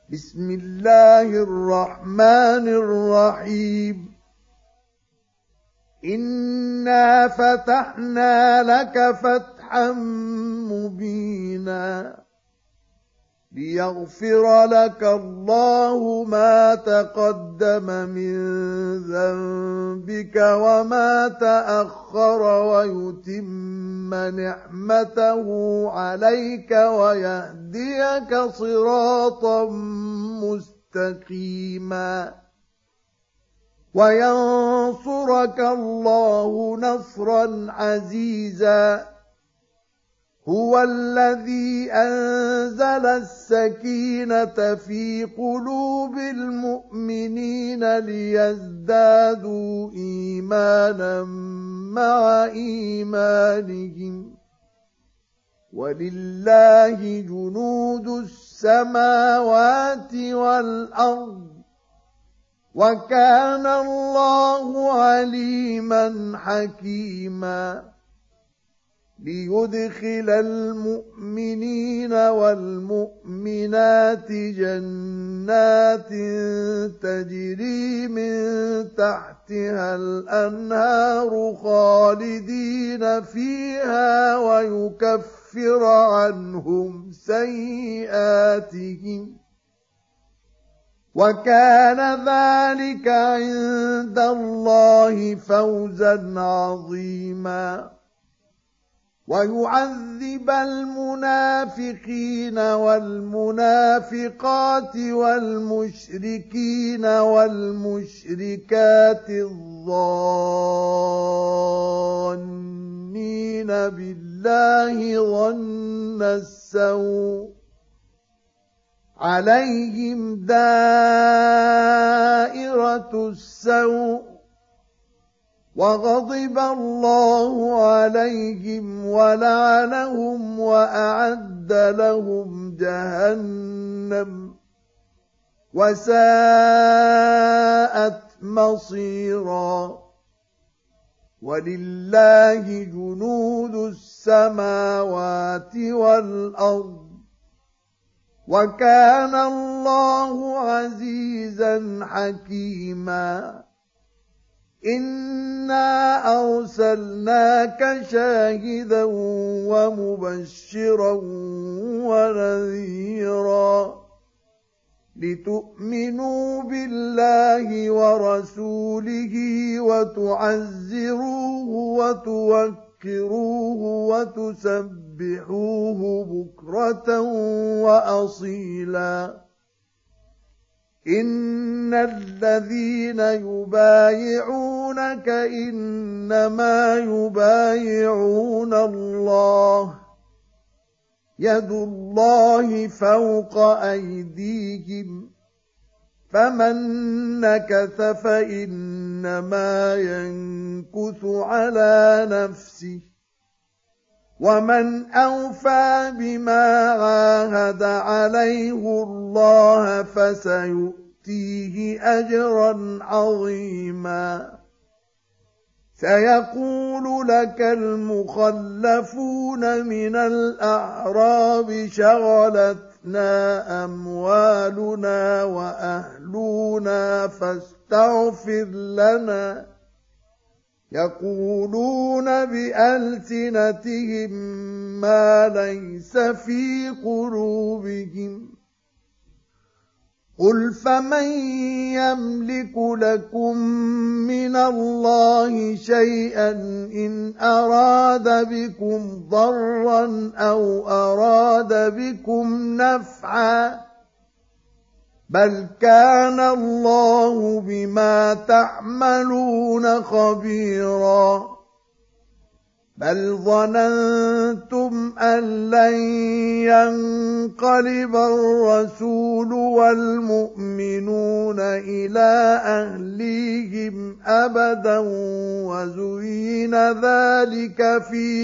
بسم الله الرحمن الرحيم إنا فتحنا لك فتحا مبينا ليغفر لك الله ما تقدم من ذنبك وما تأخر ويتم نعمته عليك ويهديك صراطا مستقيما وينصرك الله نصرا عزيزا هو الذي أنزل السكينة في قلوب المؤمنين ليزدادوا إيمانا مع إيمانهم ولله جنود السماوات والأرض وكان الله عليما حكيما ليدخل المؤمنين والمؤمنات جنات تجري من تحتها الأنهار خالدين فيها ويكفر عنهم سيئاتهم وكان ذلك عند الله فوزا عظيما ويعذب المنافقين والمنافقات والمشركين والمشركات الظانين بالله ظن السوء عليهم دائرة السوء وغضب الله عليهم ولعنهم وأعد لهم جهنم وساءت مصيرا ولله جنود السماوات والأرض وكان الله عزيزا حكيما إنا أرسلناك شاهدا ومبشرا ونذيرا لتؤمنوا بالله ورسوله وتعزروه وتوكروه وتسبحوه بكرة وأصيلا إن الذين يبايعونك إنما يبايعون الله يد الله فوق أيديهم فمن نكث فإنما ينكث على نفسه ومن أوفى بما عاهد عليه الله فسيؤتيه أجرا عظيما سيقول لك المخلفون من الأعراب شغلتنا أموالنا وأهلنا فاستغفر لنا يقولون بألسنتهم ما ليس في قلوبهم قل فمن يملك لكم من الله شيئا إن أراد بكم ضرا أو أراد بكم نفعا بل كان الله بما تعملون خبيرا بل ظننتم أن لن ينقلب الرسول والمؤمنون إلى أهليهم أبدا وزين ذلك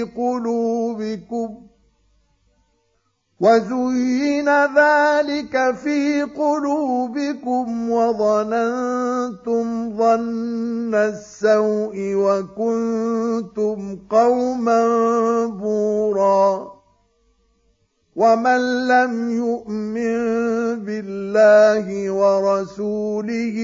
في قلوبكم وظننتم ظن السوء وكنتم قوما بورا ومن لم يؤمن بالله الله ورسوله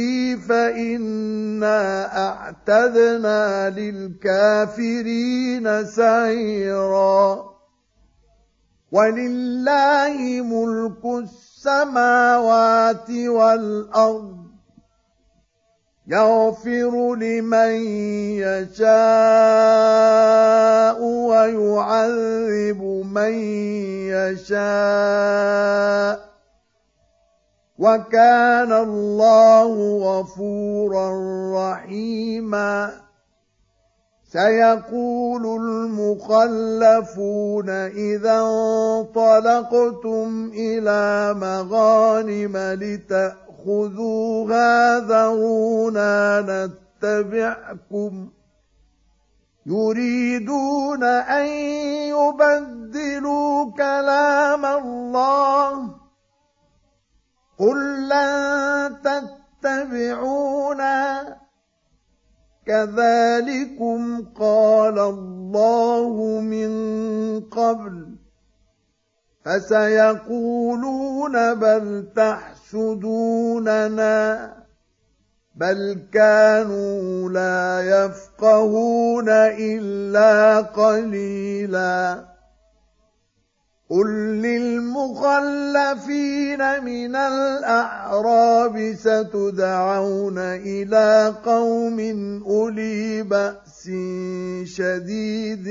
فإنا أعتدنا للكافرين سعيرا ولله ملك السماوات والأرض يغفر لمن يشاء ويعذب من يشاء وكان الله غفورا رحيما سيقول المخلفون إذا انطلقتم إلى مغانم لتأخذوها ذرونا نتبعكم يريدون أن يبدلوا كلام الله قل لن تتبعونا كذلكم قال الله من قبل فسيقولون بل تحسدوننا بل كانوا لا يفقهون إلا قليلا قل للمخلفين من الأعراب ستدعون إلى قوم أولي بأس شديد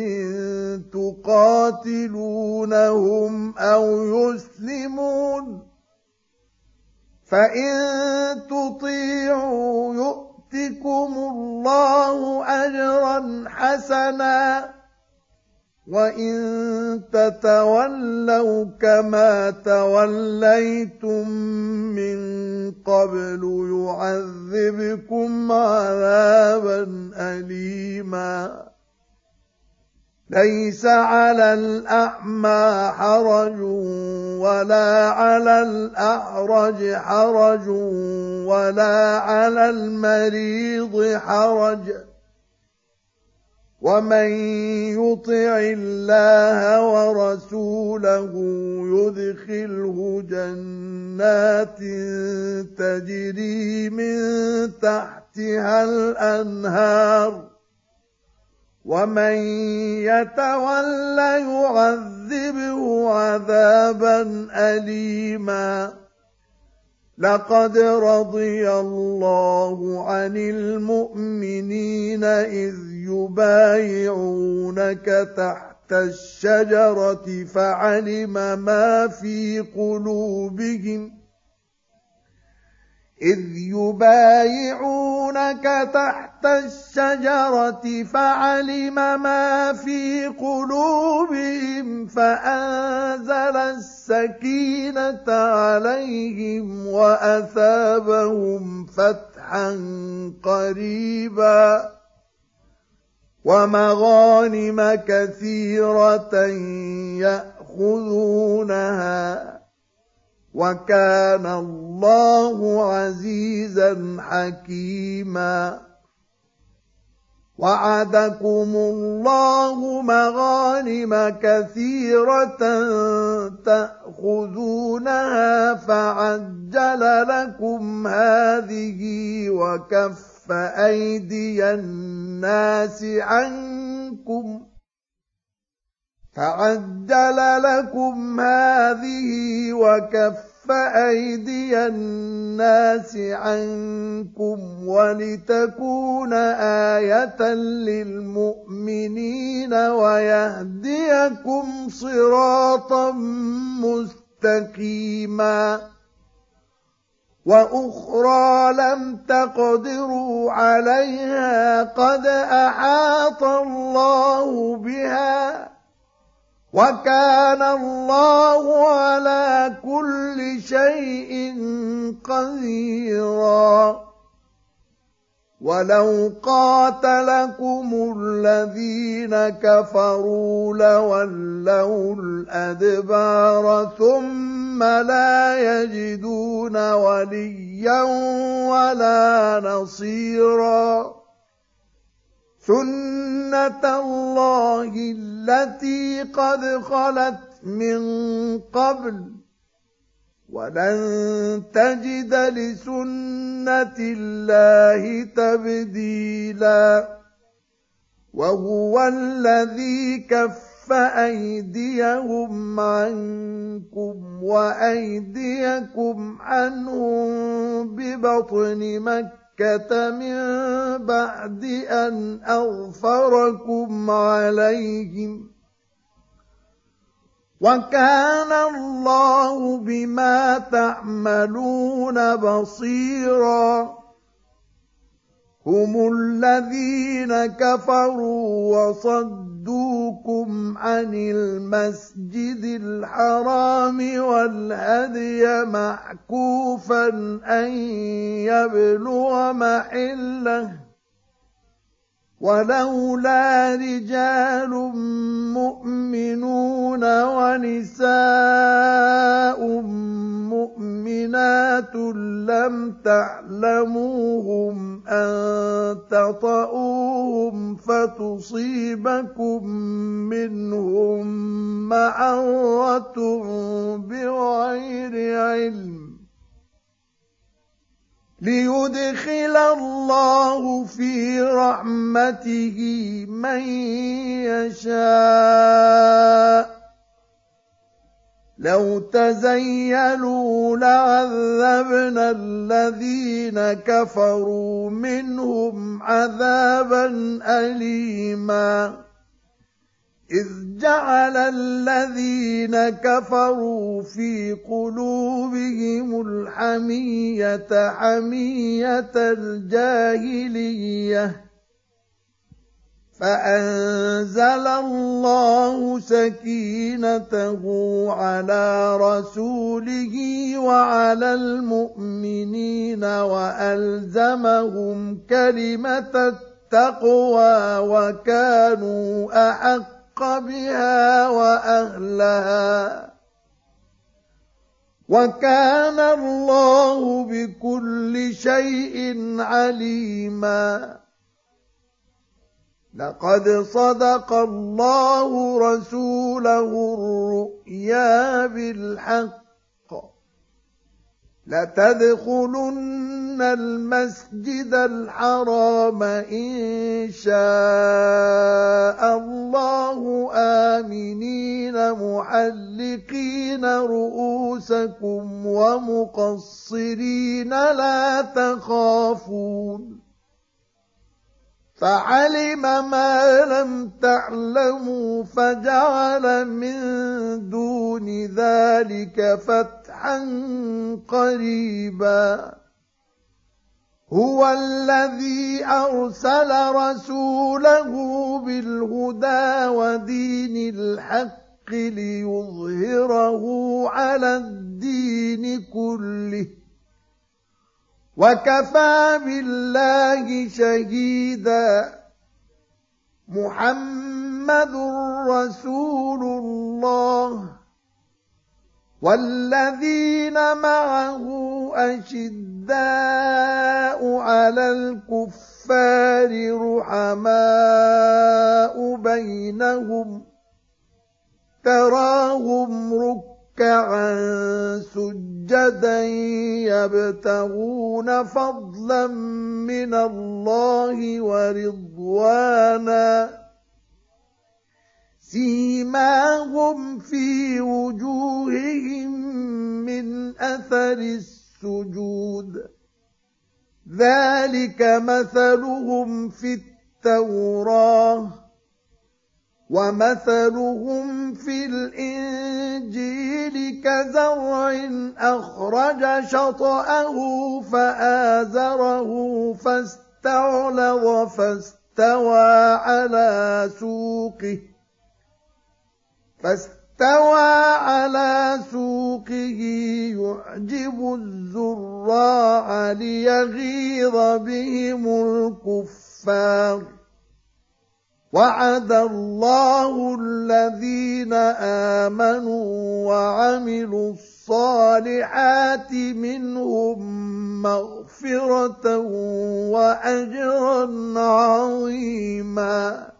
تقاتلونهم أو يسلمون فإن تطيعوا يؤتكم الله أجرا حسنا وإن تتولوا كما توليتم من قبل يعذبكم عذابا أليما ليس على الأعمى حرج ولا على الأعرج حرج ولا على المريض حرج ومن يطع الله ورسوله يدخله جنات تجري من تحتها الأنهار ومن يتول يعذبه عذابا أليما لقد رضي الله عن المؤمنين إذ يبايعونك تحت الشجرة فعلم ما في قلوبهم إذ يبايعونك تحت الشجرة فعلم ما في قلوبهم فأنزل السكينة عليهم وأثابهم فتحا قريبا ومغانم كثيرة يأخذونها وكان الله عزيزا حكيما وعدكم الله مغانم كثيرة تأخذونها فعجل لكم هذه وكف أيدي الناس عنكم فعجل لكم هذه وكف أيدي الناس عنكم ولتكون آية للمؤمنين ويهديكم صراطا مستقيما وأخرى لم تقدروا عليها قد أحاط الله بها وكان الله على كل شيء قديرا ولو قاتلكم الذين كفروا لولوا الأدبار ثم لا يجدون وليا ولا نصيرا سنة الله التي قد خلت من قبل ولن تجد لسنة الله تبديلا وهو الذي كف أيديهم عنكم وأيديكم عنهم ببطن مكة من بعد أن أغفركم عليهم وكان الله بما تعملون بصيرا هم الذين كفروا وصدوكم عن المسجد الحرام والهدي معكوفا أن يبلغ محله ولولا رجال مؤمنون ونساء مؤمنات لم تعلموهم أن تطؤوهم فتصيبكم منهم معرة بغير علم ليدخل الله في رحمته من يشاء لو تزيلوا لعذبنا الذين كفروا منهم عذابا أليما إذ جعل الذين كفروا في قلوبهم الحمية حمية الجاهلية فأنزل الله سكينته على رسوله وعلى المؤمنين وألزمهم كلمة التقوى وكانوا أحق بها وأهلها وكان الله بكل شيء عليما لقد صدق الله رسوله الرؤيا بالحق لتدخلن المسجد الحرام إن شاء الله آمنين محلقين رؤوسكم ومقصرين لا تخافون فعلم ما لم تعلموا فجعل من دون ذلك فتحا قريبا هو الذي أرسل رسوله بالهدى ودين الحق ليظهره على الدين كله وكفى بالله شهيدا محمد رسول الله والذين معه أشداء على الكفار رحماء بينهم تراهم ركعا سجدا يبتغون فضلا من الله ورضوانا سيماهم في وجوههم من أثر السجود ذلك مثلهم في التوراة ومثلهم في الإنجيل كزرع أخرج شطأه فآزره فاستغلظ فاستوى على سوقه يعجب الزراع ليغيظ بهم الكفار وعد الله الذين آمنوا وعملوا الصالحات منهم مغفرة وأجرا عظيما